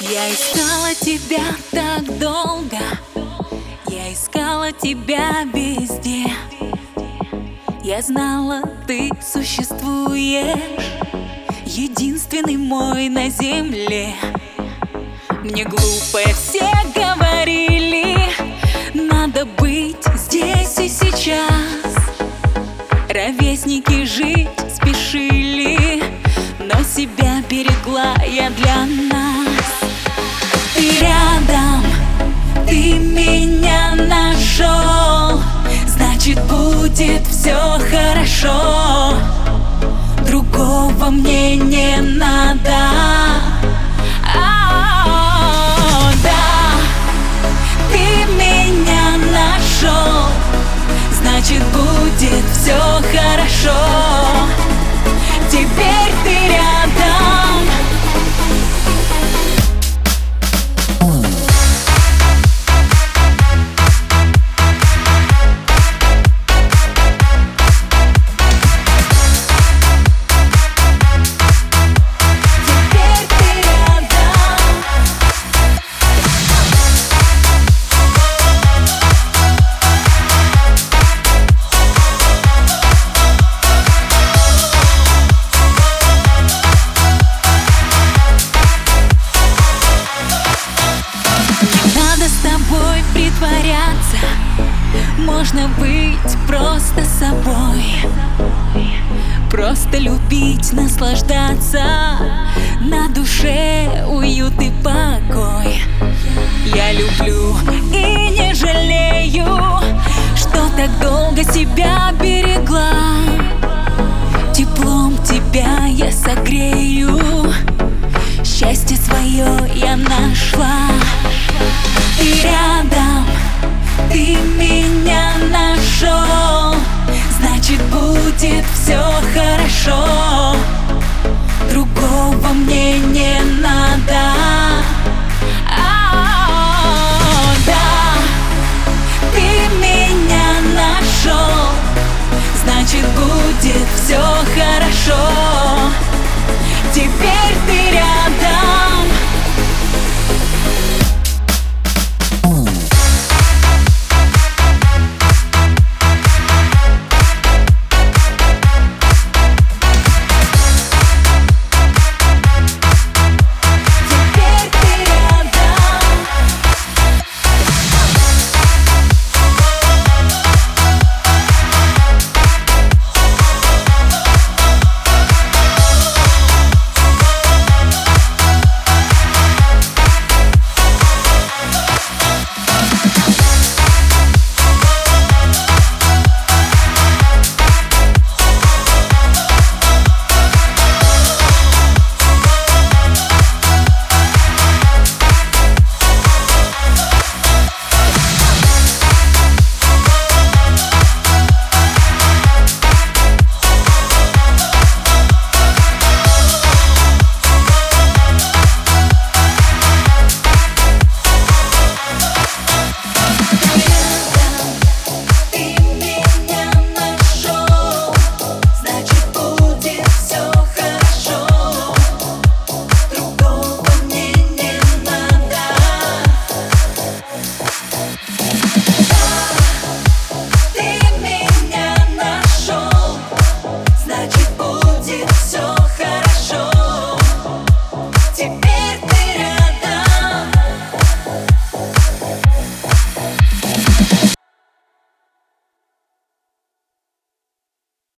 Я искала тебя так долго, я искала тебя везде. Я знала, ты существуешь, единственный мой на земле. Мне глупо все говорили, надо быть здесь и сейчас. Ровесники жить спешили, но себя берегла я для нас. Ты рядом, ты меня нашел, значит будет все хорошо. Другого мне не надо. Да, ты меня нашел, значит будет все хорошо. Теперь ты рядом. Притворяться, можно быть просто собой, просто любить, наслаждаться, на душе уют и покой. Я люблю и не жалею, что так долго себя берегла. Теплом тебя я согрею, счастье свое я нашла. Ты рядом, ты меня нашел, значит будет все хорошо. Другого мне